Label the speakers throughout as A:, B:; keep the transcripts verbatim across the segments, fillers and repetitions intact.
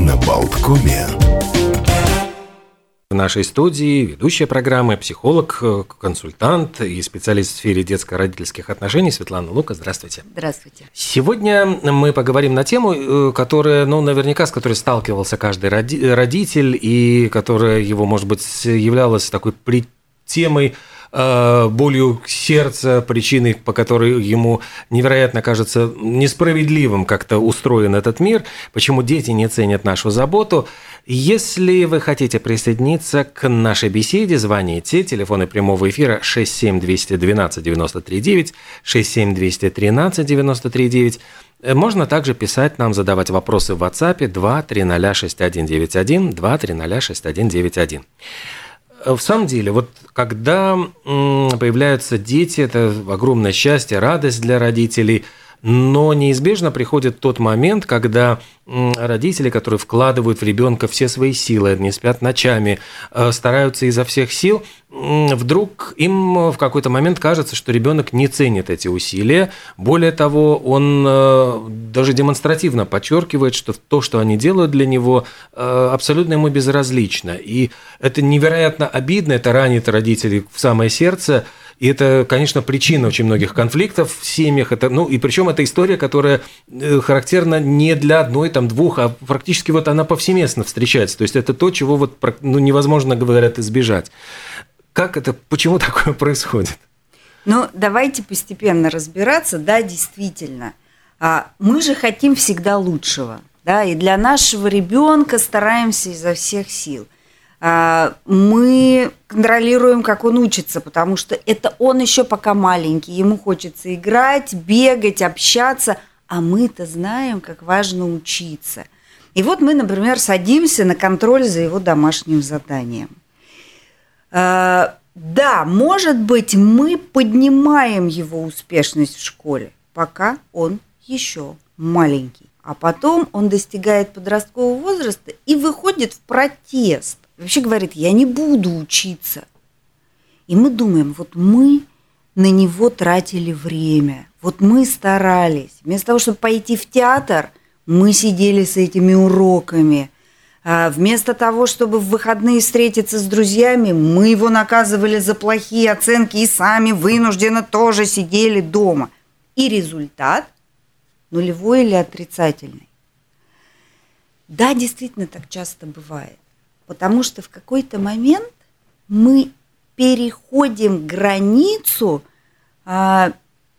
A: на Болткоме.
B: В нашей студии ведущая программы, психолог, консультант и специалист в сфере детско-родительских отношений Светлана Лука. Здравствуйте.
C: Здравствуйте.
B: Сегодня мы поговорим на тему, которая, ну, наверняка, с которой сталкивался каждый родитель, и которая его, может быть, являлась такой темой, болью сердца, причиной, по которой ему невероятно кажется несправедливым как-то устроен этот мир, почему дети не ценят нашу заботу. Если вы хотите присоединиться к нашей беседе, звоните. Телефоны прямого эфира шесть семь два один два девять три девять, шесть семь два один три девять три девять. Можно также писать нам, задавать вопросы в WhatsApp два три ноль шесть один девять один, два три ноль шесть один девять один. В самом деле, вот когда появляются дети, это огромное счастье, радость для родителей, но неизбежно приходит тот момент, когда родители, которые вкладывают в ребенка все свои силы, не спят ночами, стараются изо всех сил, вдруг им в какой-то момент кажется, что ребенок не ценит эти усилия. Более того, он даже демонстративно подчеркивает, что то, что они делают для него, абсолютно ему безразлично. И это невероятно обидно, это ранит родителей в самое сердце. И это, конечно, причина очень многих конфликтов в семьях. Это, ну, и причем это история, которая характерна не для одной, там, двух, а практически вот она повсеместно встречается. То есть это то, чего вот, ну, невозможно, говорят, избежать. Как это, почему такое происходит?
C: Ну, давайте постепенно разбираться. Да, действительно. Мы же хотим всегда лучшего. Да, и для нашего ребенка стараемся изо всех сил. Мы контролируем, как он учится, потому что это он еще пока маленький, ему хочется играть, бегать, общаться, а мы-то знаем, как важно учиться. И вот мы, например, садимся на контроль за его домашним заданием. Да, может быть, мы поднимаем его успешность в школе, пока он еще маленький, а потом он достигает подросткового возраста и выходит в протест. Вообще говорит, я не буду учиться. И мы думаем, вот мы на него тратили время, вот мы старались. Вместо того, чтобы пойти в театр, мы сидели с этими уроками. А вместо того, чтобы в выходные встретиться с друзьями, мы его наказывали за плохие оценки и сами вынужденно тоже сидели дома. И результат нулевой или отрицательный. Да, действительно, так часто бывает. Потому что в какой-то момент мы переходим границу а,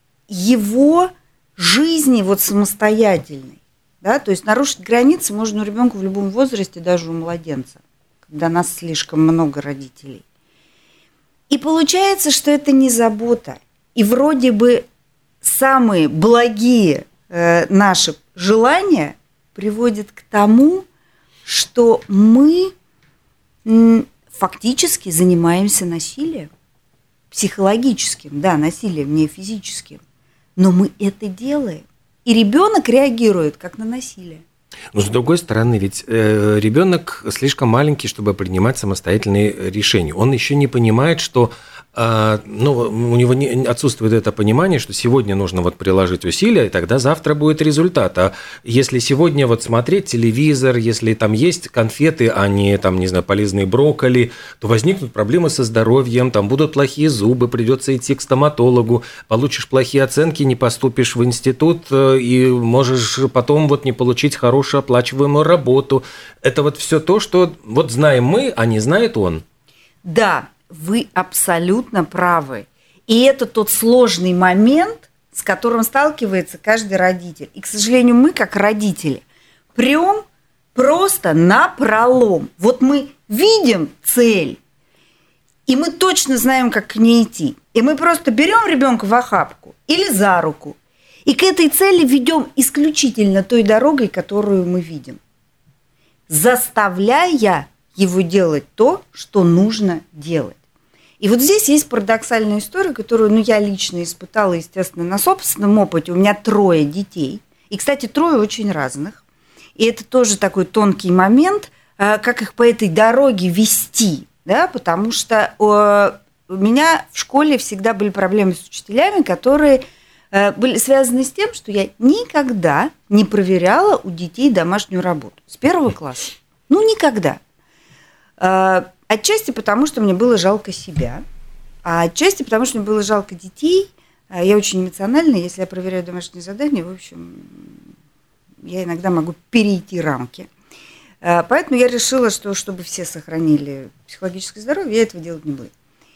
C: его жизни вот самостоятельной. Да? То есть нарушить границы можно у ребенка в любом возрасте, даже у младенца, когда нас слишком много родителей. И получается, что это не забота. И вроде бы самые благие э, наши желания приводят к тому, что мы фактически занимаемся насилием, психологическим, да, насилием, не физическим, но мы это делаем, и ребенок реагирует как на насилие.
B: Но, с другой стороны, ведь э, ребенок слишком маленький, чтобы принимать самостоятельные решения. Он еще не понимает, что э, ну, у него не, отсутствует это понимание, что сегодня нужно вот приложить усилия, и тогда завтра будет результат. А если сегодня вот смотреть телевизор, если там есть конфеты, а не, там, не знаю, полезные брокколи, то возникнут проблемы со здоровьем, там будут плохие зубы, придется идти к стоматологу, получишь плохие оценки, не поступишь в институт, э, и можешь потом вот не получить хорошую оплачиваемую работу. Это вот все то, что вот знаем мы, а не знает он.
C: Да, вы абсолютно правы. И это тот сложный момент, с которым сталкивается каждый родитель. И, к сожалению, мы, как родители, прям просто напролом. Вот мы видим цель, и мы точно знаем, как к ней идти. И мы просто берем ребенка в охапку или за руку, и к этой цели ведем исключительно той дорогой, которую мы видим, заставляя его делать то, что нужно делать. И вот здесь есть парадоксальная история, которую, ну, я лично испытала, естественно, на собственном опыте. У меня трое детей, и, кстати, трое очень разных. И это тоже такой тонкий момент, как их по этой дороге вести, да, потому что у меня в школе всегда были проблемы с учителями, которые были связаны с тем, что я никогда не проверяла у детей домашнюю работу с первого класса. Ну, никогда. Отчасти потому, что мне было жалко себя, а отчасти потому, что мне было жалко детей. Я очень эмоциональная, если я проверяю домашние задания, в общем, я иногда могу перейти рамки. Поэтому я решила, что чтобы все сохранили психологическое здоровье, я этого делать не буду.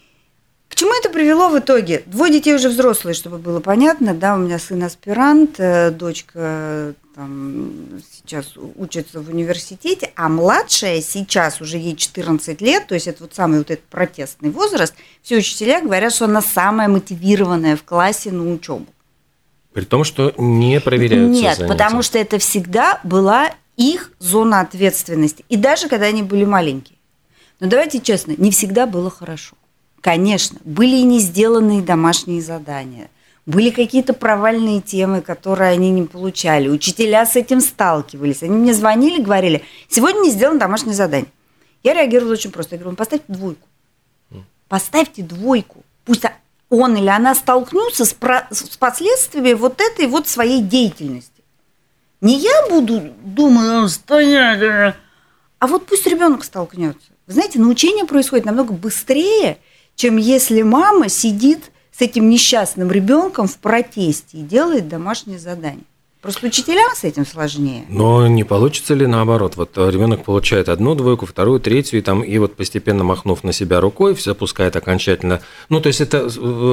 C: К чему это привело в итоге? Двое детей уже взрослые, чтобы было понятно. Да, у меня сын аспирант, дочка там, сейчас учится в университете, а младшая сейчас уже ей четырнадцать лет, то есть это вот самый вот этот протестный возраст. Все учителя говорят, что она самая мотивированная в классе на учебу.
B: При том, что не проверяются
C: Нет,
B: занятия.
C: потому что это всегда была их зона ответственности. И даже когда они были маленькие. Но давайте честно, не всегда было хорошо. Конечно, были и не сделанные домашние задания, были какие-то провальные темы, которые они не получали, учителя с этим сталкивались, они мне звонили, говорили, сегодня не сделано домашнее задание. Я реагировала очень просто, я говорю, поставьте двойку, поставьте двойку, пусть он или она столкнутся с, про... с последствиями вот этой вот своей деятельности. Не я буду думать, стоять, а вот пусть ребенок столкнется. Вы знаете, научение происходит намного быстрее, чем если мама сидит с этим несчастным ребенком в протесте и делает домашнее задание. Просто учителям с этим сложнее.
B: Но не получится ли наоборот? Вот ребенок получает одну двойку, вторую, третью, и, там, и вот постепенно махнув на себя рукой, все запускает окончательно. Ну, то есть это...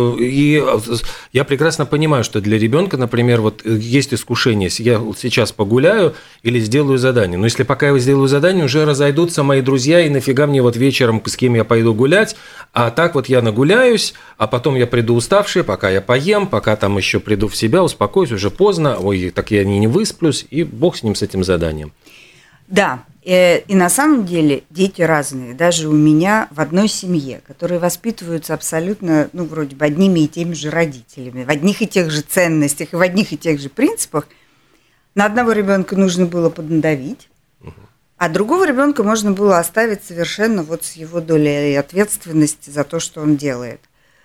B: И я прекрасно понимаю, что для ребенка, например, вот есть искушение, я сейчас погуляю или сделаю задание. Но если пока я сделаю задание, уже разойдутся мои друзья, и нафига мне вот вечером с кем я пойду гулять, а так вот я нагуляюсь, а потом я приду уставший, пока я поем, пока там еще приду в себя, успокоюсь, уже поздно, ой, так я не высплюсь, и бог с ним, с этим заданием.
C: Да, и, и на самом деле дети разные. Даже у меня в одной семье, которые воспитываются абсолютно, ну, вроде бы одними и теми же родителями, в одних и тех же ценностях и в одних и тех же принципах, на одного ребенка нужно было поднадавить, угу. а другого ребенка можно было оставить совершенно вот с его долей ответственности за то, что он делает.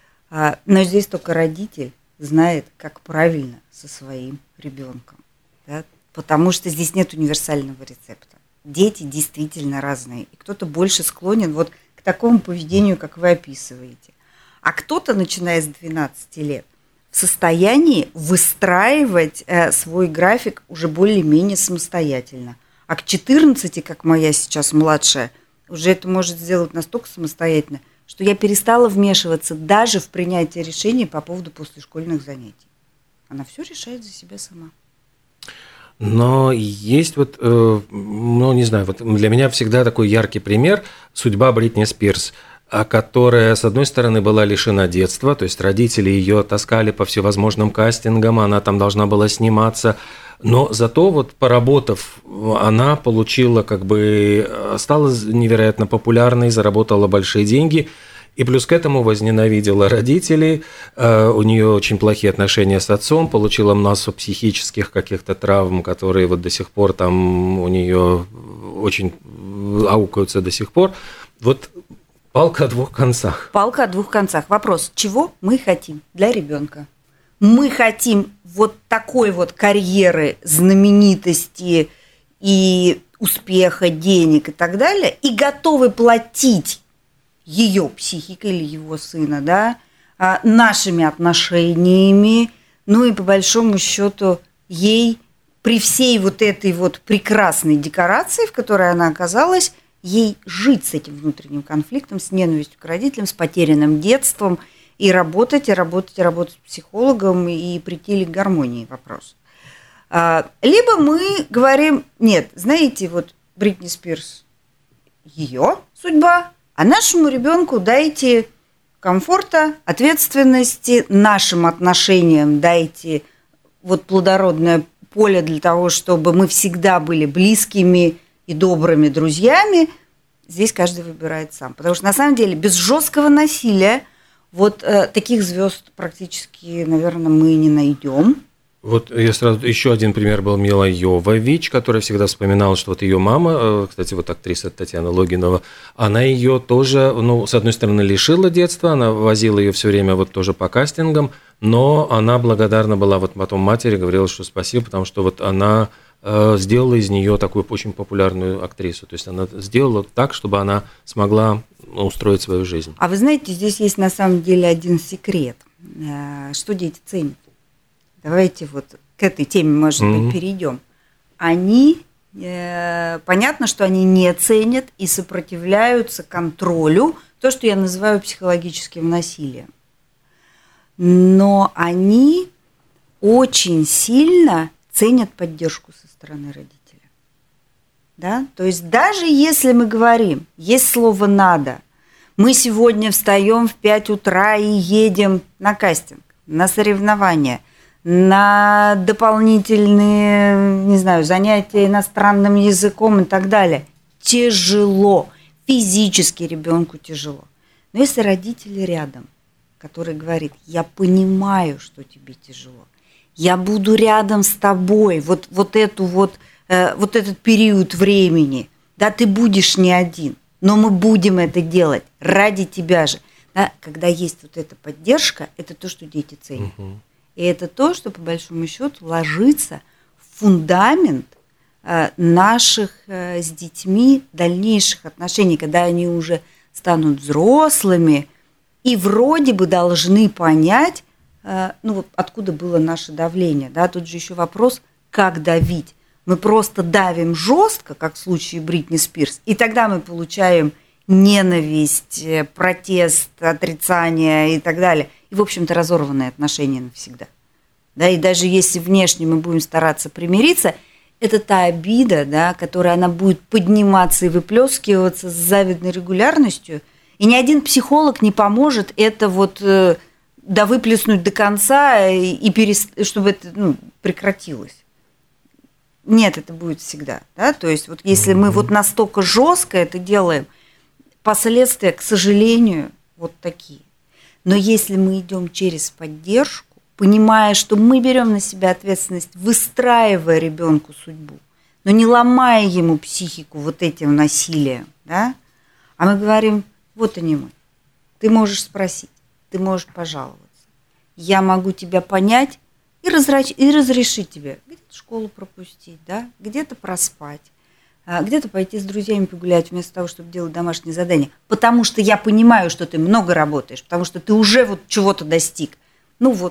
C: Но здесь только родитель знает, как правильно со своим ребенком. Да? Потому что здесь нет универсального рецепта. Дети действительно разные. И кто-то больше склонен вот к такому поведению, как вы описываете. А кто-то, начиная с двенадцати лет, в состоянии выстраивать э, свой график уже более-менее самостоятельно. А к четырнадцати, как моя сейчас младшая, уже это может сделать настолько самостоятельно, что я перестала вмешиваться даже в принятие решений по поводу послешкольных занятий. Она все решает за себя сама.
B: Но есть вот, э, ну, не знаю, вот для меня всегда такой яркий пример – судьба Бритни Спирс, которая, с одной стороны, была лишена детства, то есть родители ее таскали по всевозможным кастингам, она там должна была сниматься, но зато вот поработав, она получила, как бы, стала невероятно популярной, заработала большие деньги. И плюс к этому возненавидела родителей, у нее очень плохие отношения с отцом, получила массу психических каких-то травм, которые вот до сих пор там у нее очень аукаются до сих пор. Вот палка о двух концах.
C: Палка о двух концах. Вопрос, чего мы хотим для ребенка? Мы хотим вот такой вот карьеры, знаменитости и успеха, денег и так далее, и готовы платить ее психикой или его сына, да, нашими отношениями, ну и по большому счету ей при всей вот этой вот прекрасной декорации, в которой она оказалась, ей жить с этим внутренним конфликтом, с ненавистью к родителям, с потерянным детством, и работать, и работать, и работать с психологом, и прийти ли к гармонии вопрос. Либо мы говорим, нет, знаете, вот Бритни Спирс, ее судьба, а нашему ребенку дайте комфорта, ответственности, нашим отношениям дайте вот плодородное поле для того, чтобы мы всегда были близкими и добрыми друзьями. Здесь каждый выбирает сам. Потому что на самом деле без жесткого насилия вот э, таких звезд практически, наверное, мы не найдем.
B: Вот я сразу еще один пример был Мила Йовович, которая всегда вспоминала, что вот ее мама, кстати, вот актриса Татьяна Логинова, она ее тоже, ну, с одной стороны, лишила детства, она возила ее все время вот тоже по кастингам, но она благодарна была вот потом матери, говорила, что спасибо, потому что вот она э, сделала из нее такую очень популярную актрису, то есть она сделала так, чтобы она смогла устроить свою жизнь.
C: А вы знаете, здесь есть на самом деле один секрет, что дети ценят. Давайте вот к этой теме, может mm-hmm. быть, перейдем. Они, э, понятно, что они не ценят и сопротивляются контролю, то, что я называю психологическим насилием. Но они очень сильно ценят поддержку со стороны родителя. Да? То есть даже если мы говорим, есть слово «надо», мы сегодня встаем в пять утра и едем на кастинг, на соревнования, на дополнительные, не знаю, занятия иностранным языком и так далее. Тяжело. Физически ребенку тяжело. Но если родители рядом, который говорит, я понимаю, что тебе тяжело, я буду рядом с тобой, вот, вот, эту вот, э, вот этот период времени, да, ты будешь не один, но мы будем это делать ради тебя же. Да, когда есть вот эта поддержка, это то, что дети ценят. Угу. И это то, что, по большому счету, ложится в фундамент э, наших э, с детьми дальнейших отношений, когда они уже станут взрослыми и вроде бы должны понять, э, ну, вот откуда было наше давление. Да? Тут же еще вопрос, как давить. Мы просто давим жестко, как в случае Бритни Спирс, и тогда мы получаем ненависть, протест, отрицание и так далее. И, в общем-то, разорванные отношения навсегда. Да, и даже если внешне мы будем стараться примириться, это та обида, да, которая она будет подниматься и выплескиваться с завидной регулярностью. И ни один психолог не поможет это вот э, да, выплеснуть до конца, и, и перест... чтобы это ну, прекратилось. Нет, это будет всегда. Да? То есть вот если мы вот настолько жестко это делаем, последствия, к сожалению, вот такие. Но если мы идем через поддержку, понимая, что мы берем на себя ответственность, выстраивая ребенку судьбу, но не ломая ему психику вот этим насилием, да, а мы говорим, вот они мы, ты можешь спросить, ты можешь пожаловаться, я могу тебя понять и, разрач... и разрешить тебе где-то школу пропустить, да, где-то проспать, где-то пойти с друзьями погулять вместо того, чтобы делать домашние задания, потому что я понимаю, что ты много работаешь, потому что ты уже вот чего-то достиг. Ну вот.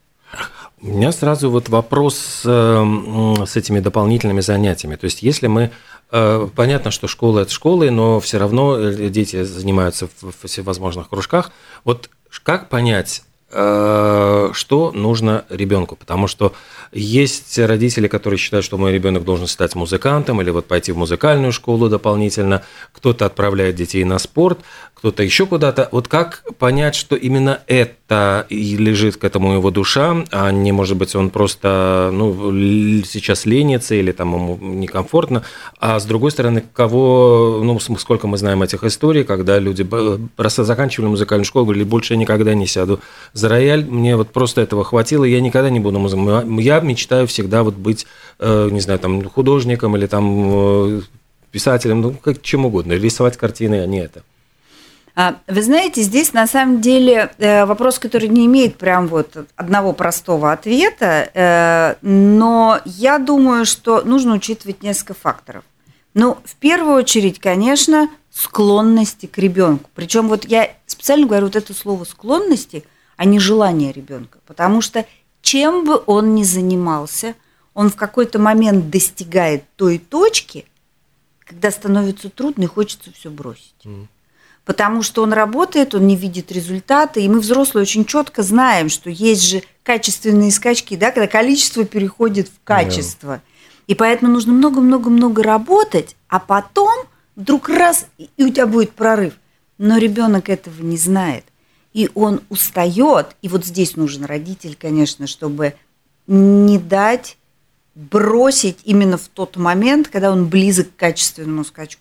B: У меня сразу вот вопрос э, с этими дополнительными занятиями. То есть если мы... Э, понятно, что школа – это школы, но все равно дети занимаются в, в всевозможных кружках. Вот как понять, э, что нужно ребенку? Потому что есть родители, которые считают, что мой ребенок должен стать музыкантом или вот пойти в музыкальную школу дополнительно. Кто-то отправляет детей на спорт, кто-то еще куда-то. Вот как понять, что именно это и лежит к этому его душа, а не, может быть, он просто ну, сейчас ленится или там ему некомфортно. А с другой стороны, кого, ну, сколько мы знаем этих историй, когда люди просто заканчивали музыкальную школу, говорили, больше я никогда не сяду за рояль, мне вот просто этого хватило, я никогда не буду музыкантом. Я мечтаю всегда вот быть, не знаю, там, художником или там писателем, ну, как, чем угодно, рисовать картины, а не это.
C: Вы знаете, здесь на самом деле вопрос, который не имеет прям вот одного простого ответа, но я думаю, что нужно учитывать несколько факторов. Ну, в первую очередь, конечно, склонности к ребенку. Причем вот я специально говорю вот это слово склонности, а не желание ребенка, потому что чем бы он ни занимался, он в какой-то момент достигает той точки, когда становится трудно и хочется все бросить. Mm. Потому что он работает, он не видит результата, и мы, взрослые, очень четко знаем, что есть же качественные скачки, да, когда количество переходит в качество. Yeah. И поэтому нужно много-много-много работать, а потом вдруг раз, и у тебя будет прорыв. Но ребенок этого не знает. И он устает, и вот здесь нужен родитель, конечно, чтобы не дать бросить именно в тот момент, когда он близок к качественному скачку.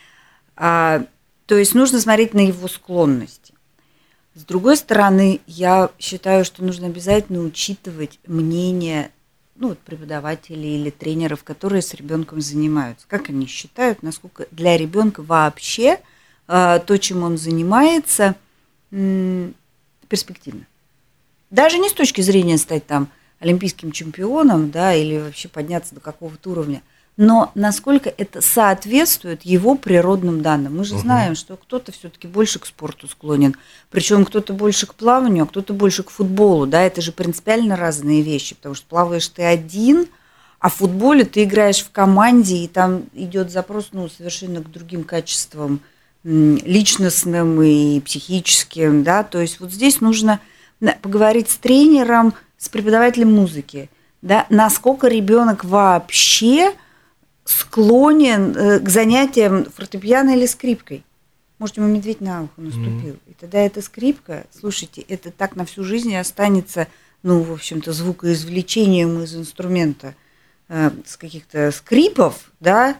C: А, то есть нужно смотреть на его склонности. С другой стороны, я считаю, что нужно обязательно учитывать мнение ну, вот преподавателей или тренеров, которые с ребенком занимаются. Как они считают, насколько для ребенка вообще э, то, чем он занимается, э, перспективно. Даже не с точки зрения стать там олимпийским чемпионом, да, или вообще подняться до какого-то уровня, но насколько это соответствует его природным данным. Мы же угу. знаем, что кто-то все-таки больше к спорту склонен, причем кто-то больше к плаванию, а кто-то больше к футболу, да, это же принципиально разные вещи, потому что плаваешь ты один, а в футболе ты играешь в команде, и там идет запрос, ну, совершенно к другим качествам личностным и психическим, да, то есть вот здесь нужно поговорить с тренером, с преподавателем музыки, да, насколько ребенок вообще склонен к занятиям фортепиано или скрипкой. Может, ему медведь на ухо наступил. Mm-hmm. И тогда эта скрипка, слушайте, это так на всю жизнь и останется, ну, в общем-то, звукоизвлечением из инструмента, э, с каких-то скрипов, да,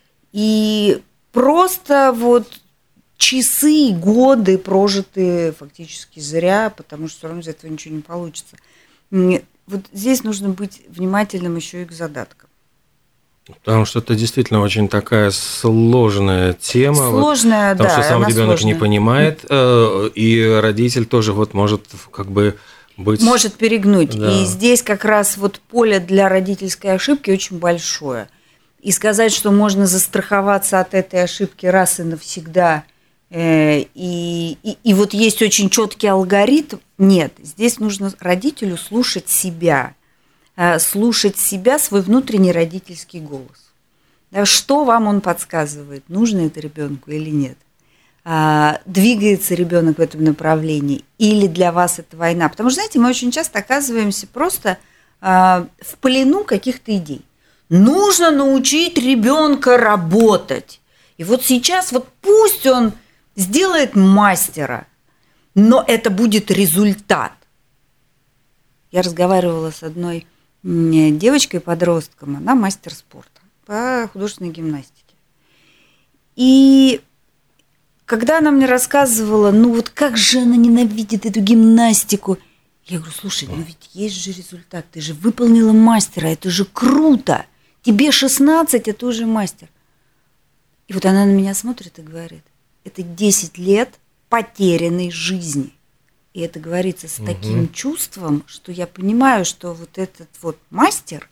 C: и просто вот часы, годы прожиты фактически зря, потому что все равно из этого ничего не получится. Вот здесь нужно быть внимательным еще и к задаткам.
B: Потому что это действительно очень такая сложная тема.
C: Сложная,
B: вот, потому
C: да.
B: Потому что сам ребенок
C: сложная.
B: не понимает, э, и родитель тоже вот может как бы быть...
C: Может перегнуть.
B: Да.
C: И здесь как раз вот поле для родительской ошибки очень большое. И сказать, что можно застраховаться от этой ошибки раз и навсегда, э, и, и, и вот есть очень четкий алгоритм, нет. Здесь нужно родителю слушать себя. слушать себя, свой внутренний родительский голос. Да, что вам он подсказывает, нужно это ребенку или нет? А, двигается ребенок в этом направлении, или для вас это война? Потому что, знаете, мы очень часто оказываемся просто а, в плену каких-то идей. Нужно научить ребенка работать. И вот сейчас вот пусть он сделает мастера, но это будет результат. Я разговаривала с одной девочкой-подростком, она мастер спорта по художественной гимнастике. И когда она мне рассказывала, ну вот как же она ненавидит эту гимнастику, я говорю, слушай, ну ведь есть же результат, ты же выполнила мастера, это же круто, тебе шестнадцать, а ты уже мастер. И вот она на меня смотрит и говорит, это десять лет потерянной жизни. И это говорится с угу. таким чувством, что я понимаю, что вот этот вот мастер,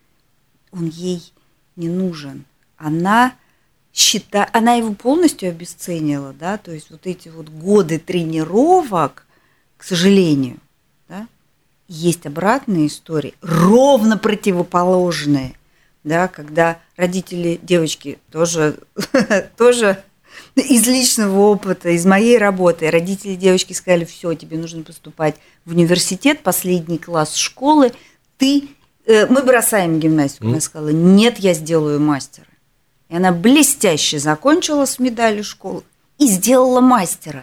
C: он ей не нужен. Она считает, она его полностью обесценила, да, то есть вот эти вот годы тренировок, к сожалению, да, есть обратные истории, ровно противоположные, да, когда родители девочки тоже, тоже из личного опыта, из моей работы, родители девочки сказали, все, тебе нужно поступать в университет, последний класс школы, ты, э, мы бросаем гимнастику. Mm. Она сказала, нет, я сделаю мастера. И она блестяще закончила с медалью школы и сделала мастера.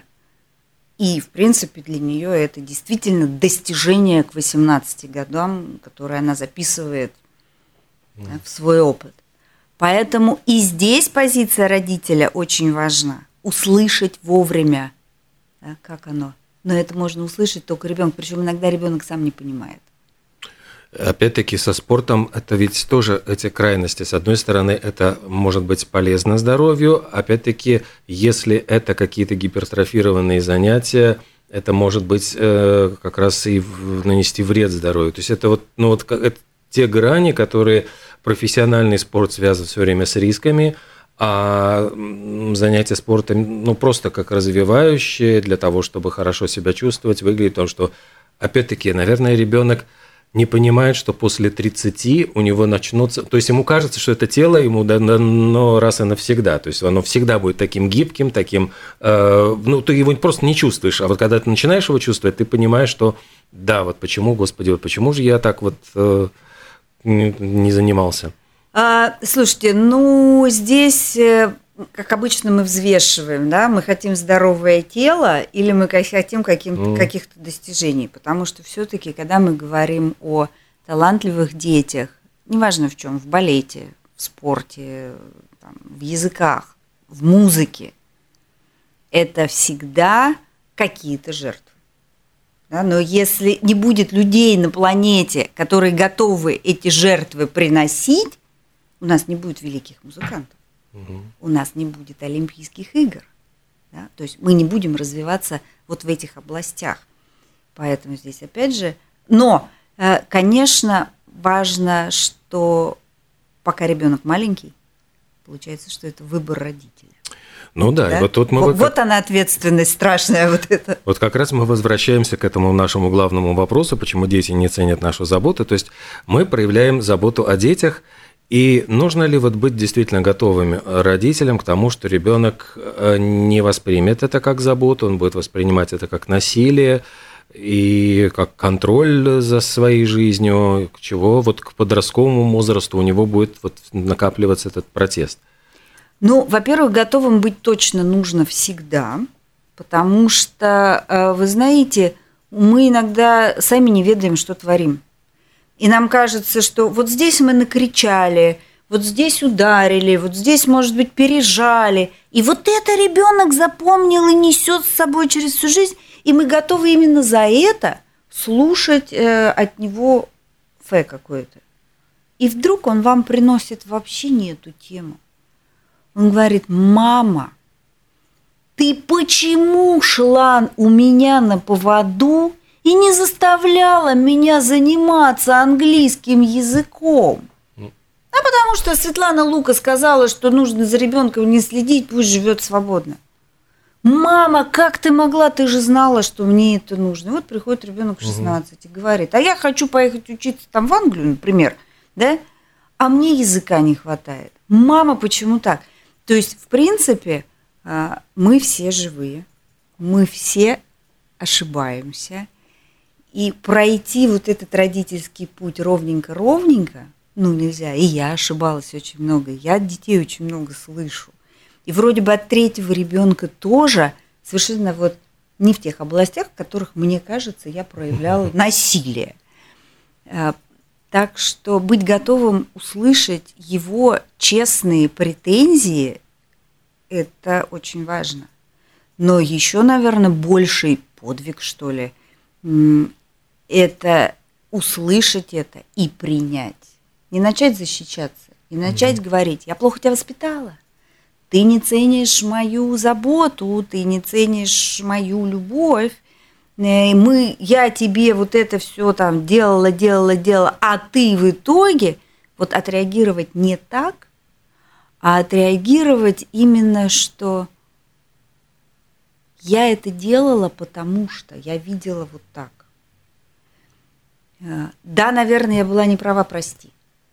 C: И, в принципе, для нее это действительно достижение к восемнадцати годам, которое она записывает mm. да, в свой опыт. Поэтому и здесь позиция родителя очень важна. Услышать вовремя, да, как оно. Но это можно услышать только ребенок, причем иногда ребенок сам не понимает.
B: Опять-таки со спортом это ведь тоже эти крайности. С одной стороны, это может быть полезно здоровью, опять-таки, если это какие-то гипертрофированные занятия, это может быть э, как раз и нанести вред здоровью. То есть это вот, ну, вот это те грани, которые профессиональный спорт связан все время с рисками, а занятия спортом, ну, просто как развивающие для того, чтобы хорошо себя чувствовать, выглядит то, что, опять-таки, наверное, ребенок не понимает, что после тридцати у него начнутся... То есть ему кажется, что это тело ему дано раз и навсегда. То есть оно всегда будет таким гибким, таким... Э, ну, ты его просто не чувствуешь. А вот когда ты начинаешь его чувствовать, ты понимаешь, что да, вот почему, Господи, вот почему же я так вот э, не занимался?
C: А, слушайте, ну, здесь... Как обычно мы взвешиваем, да, мы хотим здоровое тело или мы хотим каким-то, mm. каких-то достижений, потому что все-таки, когда мы говорим о талантливых детях, неважно в чем, в балете, в спорте, там, в языках, в музыке, это всегда какие-то жертвы. Да, но если не будет людей на планете, которые готовы эти жертвы приносить, у нас не будет великих музыкантов, угу. у нас не будет Олимпийских игр. Да? То есть мы не будем развиваться вот в этих областях. Поэтому здесь опять же... Но, конечно, важно, что пока ребенок маленький, получается, что это выбор родителя.
B: Ну да, да? И вот тут мы...
C: Вот, вот она ответственность страшная вот эта.
B: Вот как раз мы возвращаемся к этому нашему главному вопросу, почему дети не ценят нашу заботу. То есть мы проявляем заботу о детях, и нужно ли вот быть действительно готовыми родителям к тому, что ребенок не воспримет это как заботу, он будет воспринимать это как насилие и как контроль за своей жизнью, к чего вот к подростковому возрасту у него будет вот накапливаться этот протест.
C: Ну, во-первых, готовым быть точно нужно всегда, потому что, вы знаете, мы иногда сами не ведаем, что творим. И нам кажется, что вот здесь мы накричали, вот здесь ударили, вот здесь, может быть, пережали. И вот это ребенок запомнил и несет с собой через всю жизнь, и мы готовы именно за это слушать от него фэ какое-то. И вдруг он вам приносит вообще не эту тему. Он говорит: мама, ты почему шла у меня на поводу и не заставляла меня заниматься английским языком? А потому что Светлана Лука сказала, что нужно за ребенком не следить, пусть живет свободно. Мама, как ты могла? Ты же знала, что мне это нужно. И вот приходит ребенок в шестнадцать и говорит: а я хочу поехать учиться там в Англию, например, да? А мне языка не хватает. Мама, почему так? То есть, в принципе, мы все живые, мы все ошибаемся, и пройти вот этот родительский путь ровненько-ровненько, ну, нельзя. И я ошибалась очень много, я от детей очень много слышу. И вроде бы от третьего ребенка тоже совершенно вот не в тех областях, в которых, мне кажется, я проявляла насилие. Так что быть готовым услышать его честные претензии – это очень важно. Но еще, наверное, больший подвиг, что ли, это услышать это и принять. Не начать защищаться, не начать mm-hmm. говорить: я плохо тебя воспитала, ты не ценишь мою заботу, ты не ценишь мою любовь. Мы, я тебе вот это все там делала, делала, делала, а ты в итоге вот отреагировать не так, а отреагировать именно, что я это делала, потому что я видела вот так. Да, наверное, я была не права, прости.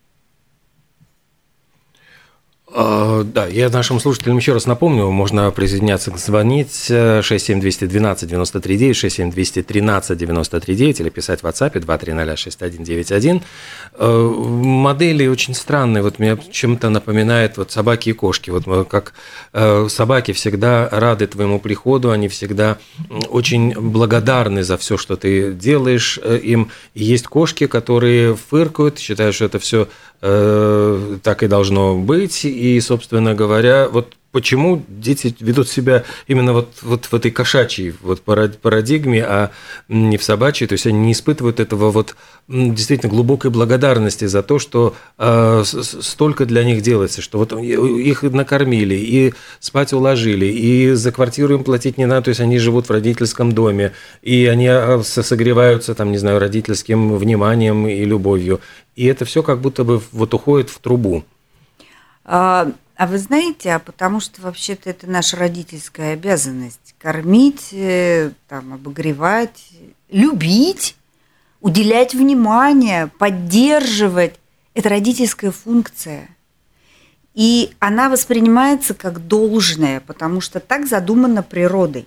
B: Да, я нашим слушателям еще раз напомню, можно присоединяться, звонить шесть семь два один два девять три девять, шесть семь два один три девять три девять или писать в WhatsApp два три ноль шесть один девять один. Модели очень странные, вот меня чем-то напоминает вот собаки и кошки. Вот как собаки всегда рады твоему приходу, они всегда очень благодарны за все, что ты делаешь им. И есть кошки, которые фыркают, считают, что это все так и должно быть. И, собственно говоря, вот почему дети ведут себя именно вот, вот в этой кошачьей вот парадигме, а не в собачьей, то есть они не испытывают этого вот действительно глубокой благодарности за то, что э, столько для них делается, что вот их накормили, и спать уложили, и за квартиру им платить не надо, то есть они живут в родительском доме, и они согреваются, там, не знаю, родительским вниманием и любовью, и это все как будто бы вот уходит в трубу.
C: А, а вы знаете, а потому что вообще-то это наша родительская обязанность – кормить, там, обогревать, любить, уделять внимание, поддерживать – это родительская функция. И она воспринимается как должное, потому что так задумано природой.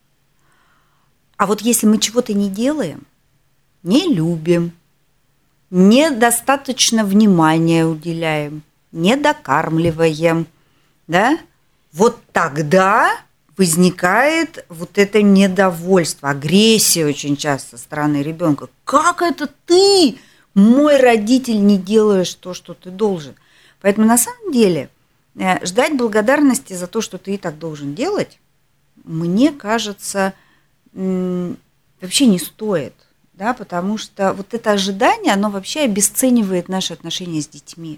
C: А вот если мы чего-то не делаем, не любим, недостаточно внимания уделяем, не докармливаем, да, вот тогда возникает вот это недовольство, агрессия очень часто со стороны ребенка. Как это ты, мой родитель, не делаешь то, что ты должен? Поэтому на самом деле ждать благодарности за то, что ты и так должен делать, мне кажется, вообще не стоит, да, потому что вот это ожидание, оно вообще обесценивает наши отношения с детьми.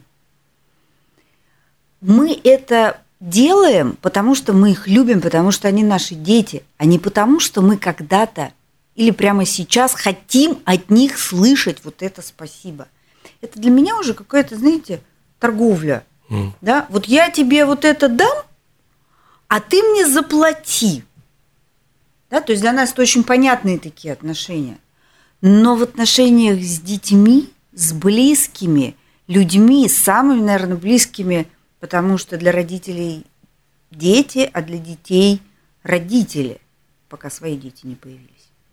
C: Мы это делаем, потому что мы их любим, потому что они наши дети, а не потому, что мы когда-то или прямо сейчас хотим от них слышать вот это спасибо. Это для меня уже какая-то, знаете, торговля. Mm. Да? Вот я тебе вот это дам, а ты мне заплати. Да? То есть для нас это очень понятные такие отношения. Но в отношениях с детьми, с близкими людьми, с самыми, наверное, близкими, потому что для родителей дети, а для детей родители, пока свои дети не появились.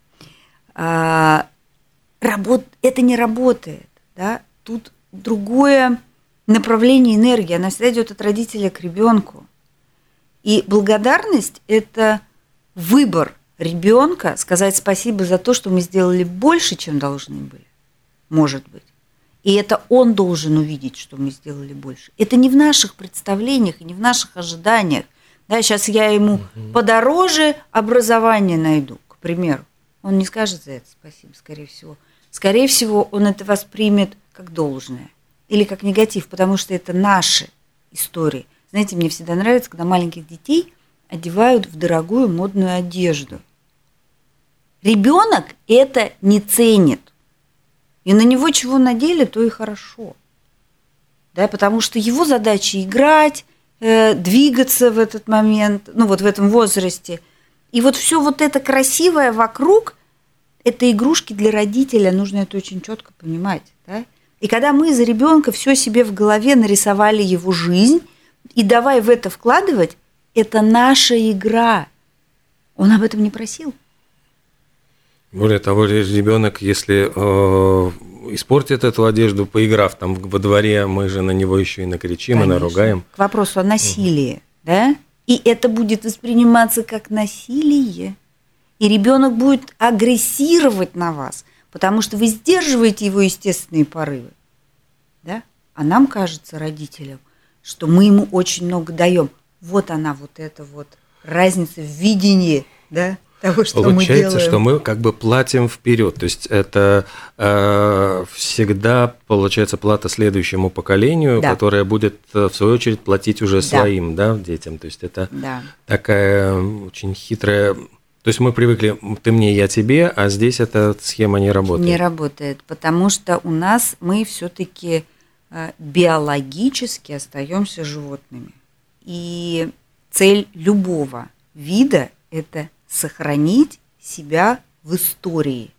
C: А, работ... Это не работает. Да? Тут другое направление энергии. Она всегда идет от родителя к ребенку. И благодарность – это выбор ребенка сказать спасибо за то, что мы сделали больше, чем должны были. Может быть. И это он должен увидеть, что мы сделали больше. Это не в наших представлениях и не в наших ожиданиях. Да, сейчас я ему угу. подороже образование найду, к примеру. Он не скажет за это спасибо, скорее всего. Скорее всего, он это воспримет как должное или как негатив, потому что это наши истории. Знаете, мне всегда нравится, когда маленьких детей одевают в дорогую модную одежду. Ребенок это не ценит. И на него чего надели, то и хорошо. Да, потому что его задача играть, э, двигаться в этот момент, ну вот в этом возрасте. И вот все вот это красивое вокруг, это игрушки для родителя, нужно это очень четко понимать. Да? И когда мы за ребенка все себе в голове нарисовали его жизнь, и давай в это вкладывать, это наша игра. Он об этом не просил.
B: Более того, ребенок, если э, испортит эту одежду, поиграв там во дворе, мы же на него еще и накричим, конечно, и наругаем.
C: К вопросу о насилии, угу. да? И это будет восприниматься как насилие. И ребенок будет агрессировать на вас, потому что вы сдерживаете его естественные порывы. Да? А нам кажется, родителям, что мы ему очень много даем. Вот она, вот эта вот разница в видении, да? Того, что
B: Получается,
C: мы
B: что мы как бы платим вперед, то есть это э, всегда получается плата следующему поколению, да. которое будет в свою очередь платить уже да. своим, да, детям. То есть это да. такая очень хитрая. То есть мы привыкли, ты мне, я тебе, а здесь эта схема не работает.
C: Не работает, потому что у нас мы все-таки биологически остаемся животными, и цель любого вида это сохранить себя в истории.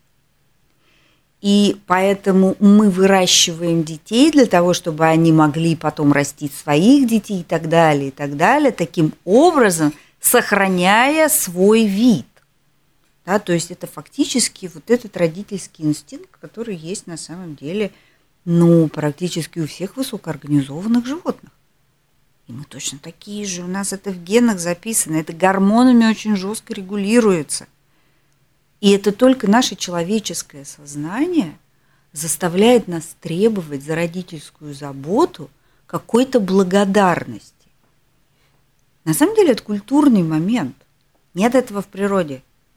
C: И поэтому мы выращиваем детей для того, чтобы они могли потом растить своих детей и так далее, и так далее, таким образом сохраняя свой вид. Да, то есть это фактически вот этот родительский инстинкт, который есть на самом деле, ну, практически у всех высокоорганизованных животных. И мы точно такие же, у нас это в генах записано, это гормонами очень жестко регулируется. И это только наше человеческое сознание заставляет нас требовать за родительскую заботу какой-то благодарности. На самом деле это культурный момент. Нет этого в природе.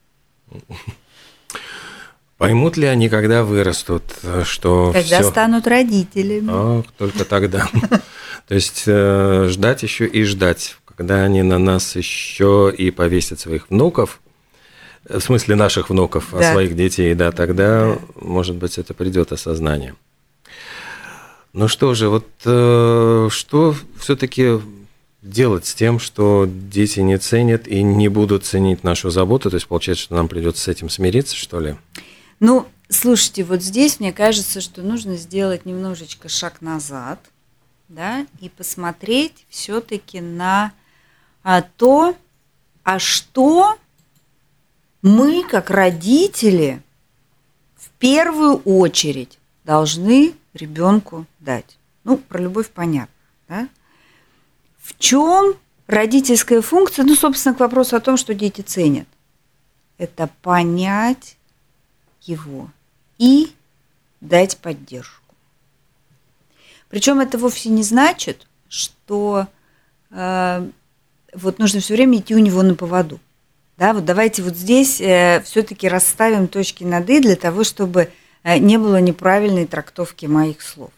B: Поймут ли они, когда вырастут, что
C: Когда
B: всё...
C: станут родителями.
B: О, только тогда. То есть э, ждать еще и ждать, когда они на нас еще и повесят своих внуков, в смысле наших внуков, да. а своих детей, да, тогда, да. может быть, это придет осознание. Ну что же, вот э, что все-таки делать с тем, что дети не ценят и не будут ценить нашу заботу? То есть получается, что нам придется с этим смириться, что ли?
C: Ну, слушайте, вот здесь мне кажется, что нужно сделать немножечко шаг назад. Да, и посмотреть все-таки на а, то, а что мы, как родители, в первую очередь должны ребенку дать. Ну, про любовь понятно. Да? В чем родительская функция? Ну, собственно, к вопросу о том, что дети ценят. Это понять его и дать поддержку. Причем это вовсе не значит, что э, вот нужно все время идти у него на поводу. Да, вот давайте вот здесь э, все-таки расставим точки над «и» для того, чтобы э, не было неправильной трактовки моих слов.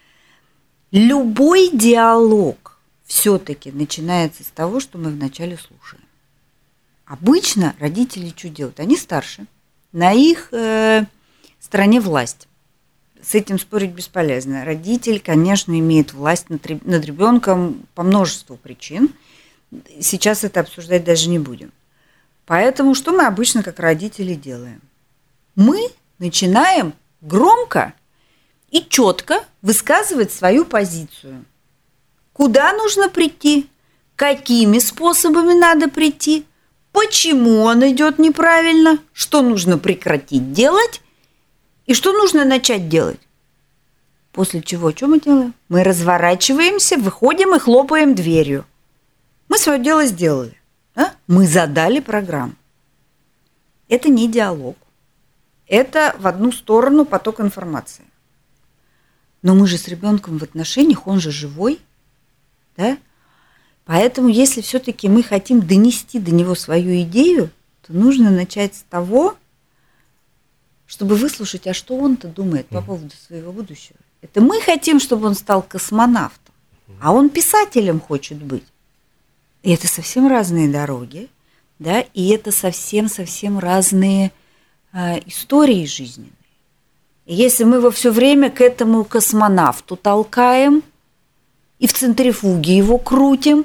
C: Любой диалог все-таки начинается с того, что мы вначале слушаем. Обычно родители что делают? Они старше, на их э, стороне власть. С этим спорить бесполезно. Родитель, конечно, имеет власть над, над ребенком по множеству причин. Сейчас это обсуждать даже не будем. Поэтому что мы обычно как родители делаем? Мы начинаем громко и четко высказывать свою позицию. Куда нужно прийти? Какими способами надо прийти? Почему он идет неправильно? Что нужно прекратить делать? И что нужно начать делать? После чего, что мы делаем? Мы разворачиваемся, выходим и хлопаем дверью. Мы свое дело сделали. Да? Мы задали программу. Это не диалог. Это в одну сторону поток информации. Но мы же с ребенком в отношениях, он же живой. Да? Поэтому, если все-таки мы хотим донести до него свою идею, то нужно начать с того, чтобы выслушать, а что он-то думает по поводу своего будущего. Это мы хотим, чтобы он стал космонавтом, а он писателем хочет быть. И это совсем разные дороги, да, и это совсем-совсем разные э, истории жизненные. И если мы его все время к этому космонавту толкаем и в центрифуге его крутим,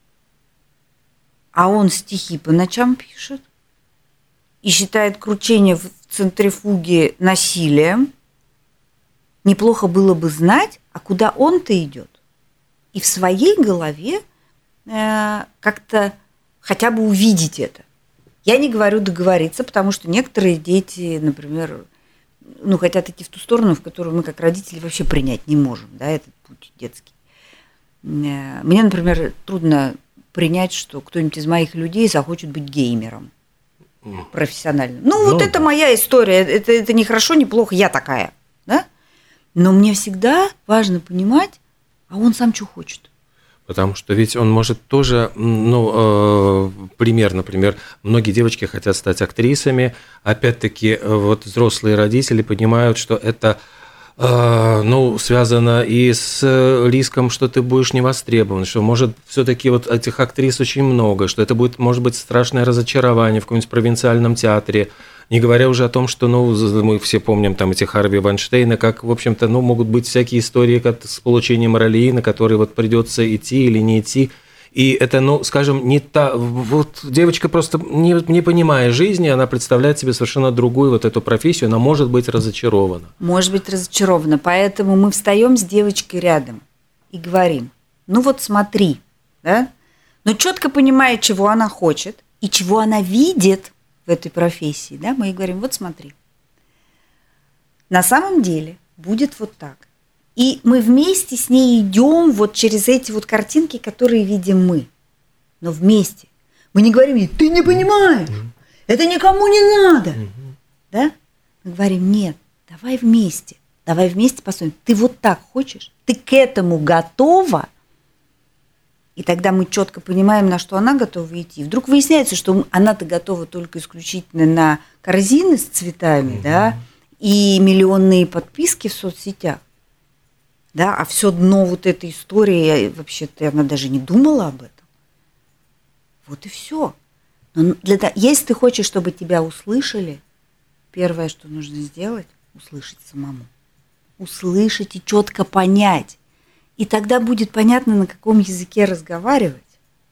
C: а он стихи по ночам пишет и считает кручение в центрифуге насилием, неплохо было бы знать, а куда он-то идет. И в своей голове как-то хотя бы увидеть это. Я не говорю договориться, потому что некоторые дети, например, ну, хотят идти в ту сторону, в которую мы как родители вообще принять не можем, да, этот путь детский. Мне, например, трудно принять, что кто-нибудь из моих людей захочет быть геймером профессиональным. Ну, ну вот да. Это моя история, это, это не хорошо, не плохо, я такая, да? Но мне всегда важно понимать, а он сам что хочет.
B: Потому что ведь он может тоже, ну, э, пример, например, многие девочки хотят стать актрисами, опять-таки, вот взрослые родители понимают, что это, э, ну, связано и с риском, что ты будешь не востребован, что, может, все-таки вот этих актрис очень много, что это будет, может быть, страшное разочарование в каком-нибудь провинциальном театре. Не говоря уже о том, что, ну, мы все помним там эти Харви Вайнштейна, как, в общем-то, ну, могут быть всякие истории как с получением роли, на которые вот придется идти или не идти. И это, ну, скажем, не та... Вот девочка просто, не, не понимая жизни, она представляет себе совершенно другую вот эту профессию, она может быть разочарована.
C: Может быть разочарована. Поэтому мы встаем с девочкой рядом и говорим, ну вот смотри, да? Но четко понимая, чего она хочет и чего она видит в этой профессии, да, мы ей говорим, вот смотри, на самом деле будет вот так. И мы вместе с ней идем вот через эти вот картинки, которые видим мы, но вместе. Мы не говорим ей, ты не понимаешь, это никому не надо, да? Мы говорим, нет, давай вместе, давай вместе посмотрим, ты вот так хочешь, ты к этому готова? И тогда мы четко понимаем, на что она готова идти. Вдруг выясняется, что она-то готова только исключительно на корзины с цветами, mm-hmm. да, и миллионные подписки в соцсетях. Да, а все дно вот этой истории, вообще-то она даже не думала об этом. Вот и все. Но для того, если ты хочешь, чтобы тебя услышали, первое, что нужно сделать, услышать самому. Услышать и четко понять. И тогда будет понятно, на каком языке разговаривать.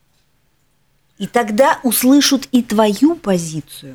C: И тогда услышат и твою позицию.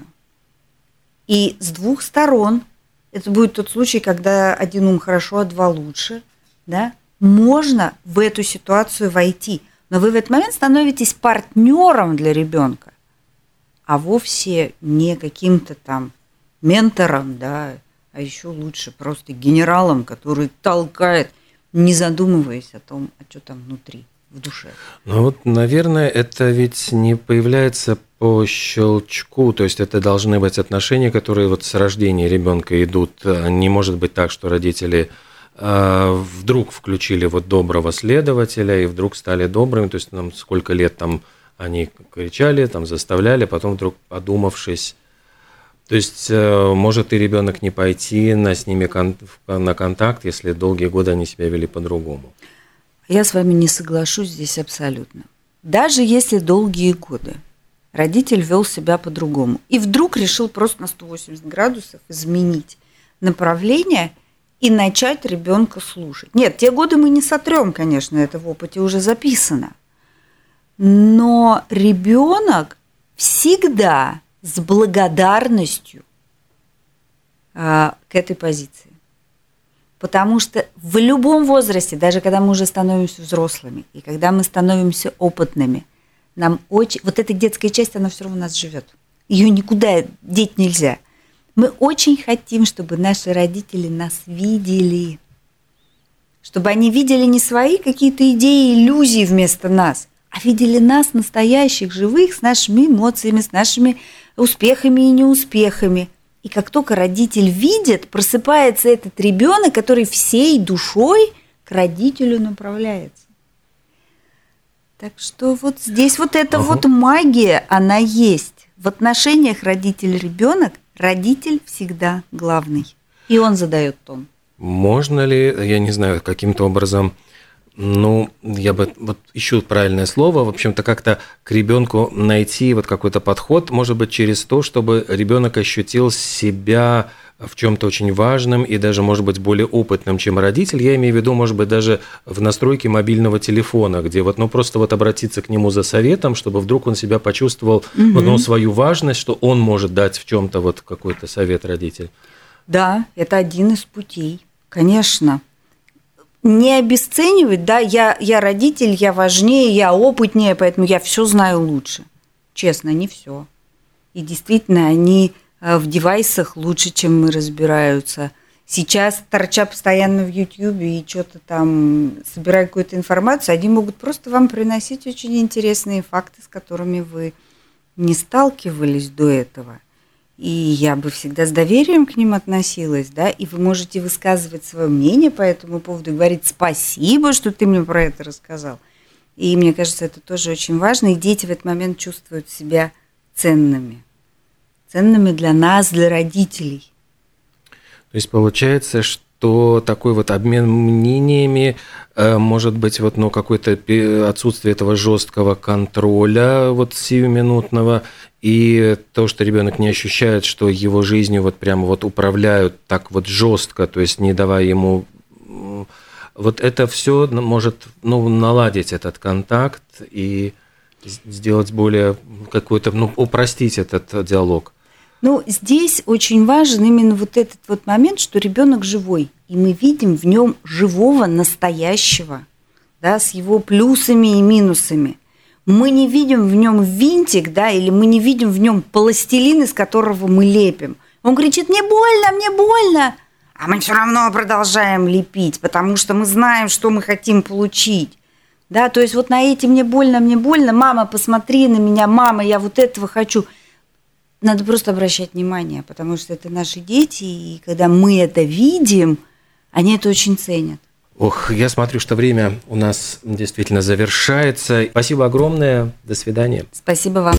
C: И с двух сторон, это будет тот случай, когда один ум хорошо, а два лучше, да, можно в эту ситуацию войти. Но вы в этот момент становитесь партнером для ребенка, а вовсе не каким-то там ментором, да, а еще лучше просто генералом, который толкает, не задумываясь о том, а что там внутри, в душе.
B: Ну вот, наверное, это ведь не появляется по щелчку, то есть это должны быть отношения, которые вот с рождения ребенка идут. Не может быть так, что родители э, вдруг включили вот доброго следователя и вдруг стали добрыми, то есть нам сколько лет там они кричали, там, заставляли, потом вдруг подумавшись. То есть может и ребенок не пойти на, с ними кон- на контакт, если долгие годы они себя вели по-другому.
C: Я с вами не соглашусь здесь абсолютно. Даже если долгие годы родитель вел себя по-другому и вдруг решил просто на сто восемьдесят градусов изменить направление и начать ребенка слушать. Нет, те годы мы не сотрем, конечно, это в опыте уже записано. Но ребенок всегда с благодарностью а, к этой позиции. Потому что в любом возрасте, даже когда мы уже становимся взрослыми, и когда мы становимся опытными, нам очень... Вот эта детская часть, она все равно у нас живет. Ее никуда деть нельзя. Мы очень хотим, чтобы наши родители нас видели. Чтобы они видели не свои какие-то идеи, иллюзии вместо нас, а видели нас, настоящих, живых, с нашими эмоциями, с нашими успехами и неуспехами. И как только родитель видит, просыпается этот ребенок, который всей душой к родителю направляется. Так что вот здесь вот эта ага. вот магия, она есть. В отношениях родитель-ребенок родитель всегда главный. И он задает тон.
B: Можно ли, я не знаю, каким-то образом, ну, я бы вот ищу правильное слово, в общем-то, как-то к ребенку найти вот какой-то подход, может быть, через то, чтобы ребенок ощутил себя в чем-то очень важным и даже, может быть, более опытным, чем родитель. Я имею в виду, может быть, даже в настройке мобильного телефона, где вот, ну, просто вот обратиться к нему за советом, чтобы вдруг он себя почувствовал, угу. ну, свою важность, что он может дать в чем-то вот какой-то совет родитель.
C: Да, это один из путей, конечно. Не обесценивать, да, я, я родитель, я важнее, я опытнее, поэтому я все знаю лучше. Честно, не все. И действительно, они в девайсах лучше, чем мы, разбираются. Сейчас, торча постоянно в Ютьюбе и что-то там, собирая какую-то информацию, они могут просто вам приносить очень интересные факты, с которыми вы не сталкивались до этого. И я бы всегда с доверием к ним относилась, да, и вы можете высказывать свое мнение по этому поводу и говорить спасибо, что ты мне про это рассказал. И мне кажется, это тоже очень важно, и дети в этот момент чувствуют себя ценными. Ценными для нас, для родителей.
B: То есть получается, что такой вот обмен мнениями, может быть, вот, ну, какое-то отсутствие этого жесткого контроля вот сиюминутного, и то, что ребенок не ощущает, что его жизнью вот прямо вот управляют так вот жестко, то есть не давая ему, вот это все может, ну, наладить этот контакт и сделать более какой-то, ну, упростить этот диалог.
C: Ну, здесь очень важен именно вот этот вот момент, что ребенок живой, и мы видим в нем живого, настоящего, да, с его плюсами и минусами. Мы не видим в нем винтик, да, или мы не видим в нем пластилин, из которого мы лепим. Он кричит: мне больно, мне больно, а мы все равно продолжаем лепить, потому что мы знаем, что мы хотим получить. Да, то есть вот на эти «мне больно, мне больно», «мама, посмотри на меня», «мама, я вот этого хочу». Надо просто обращать внимание, потому что это наши дети, и когда мы это видим, они это очень ценят.
B: Ох, я смотрю, что время у нас действительно завершается. Спасибо огромное. До свидания.
C: Спасибо вам.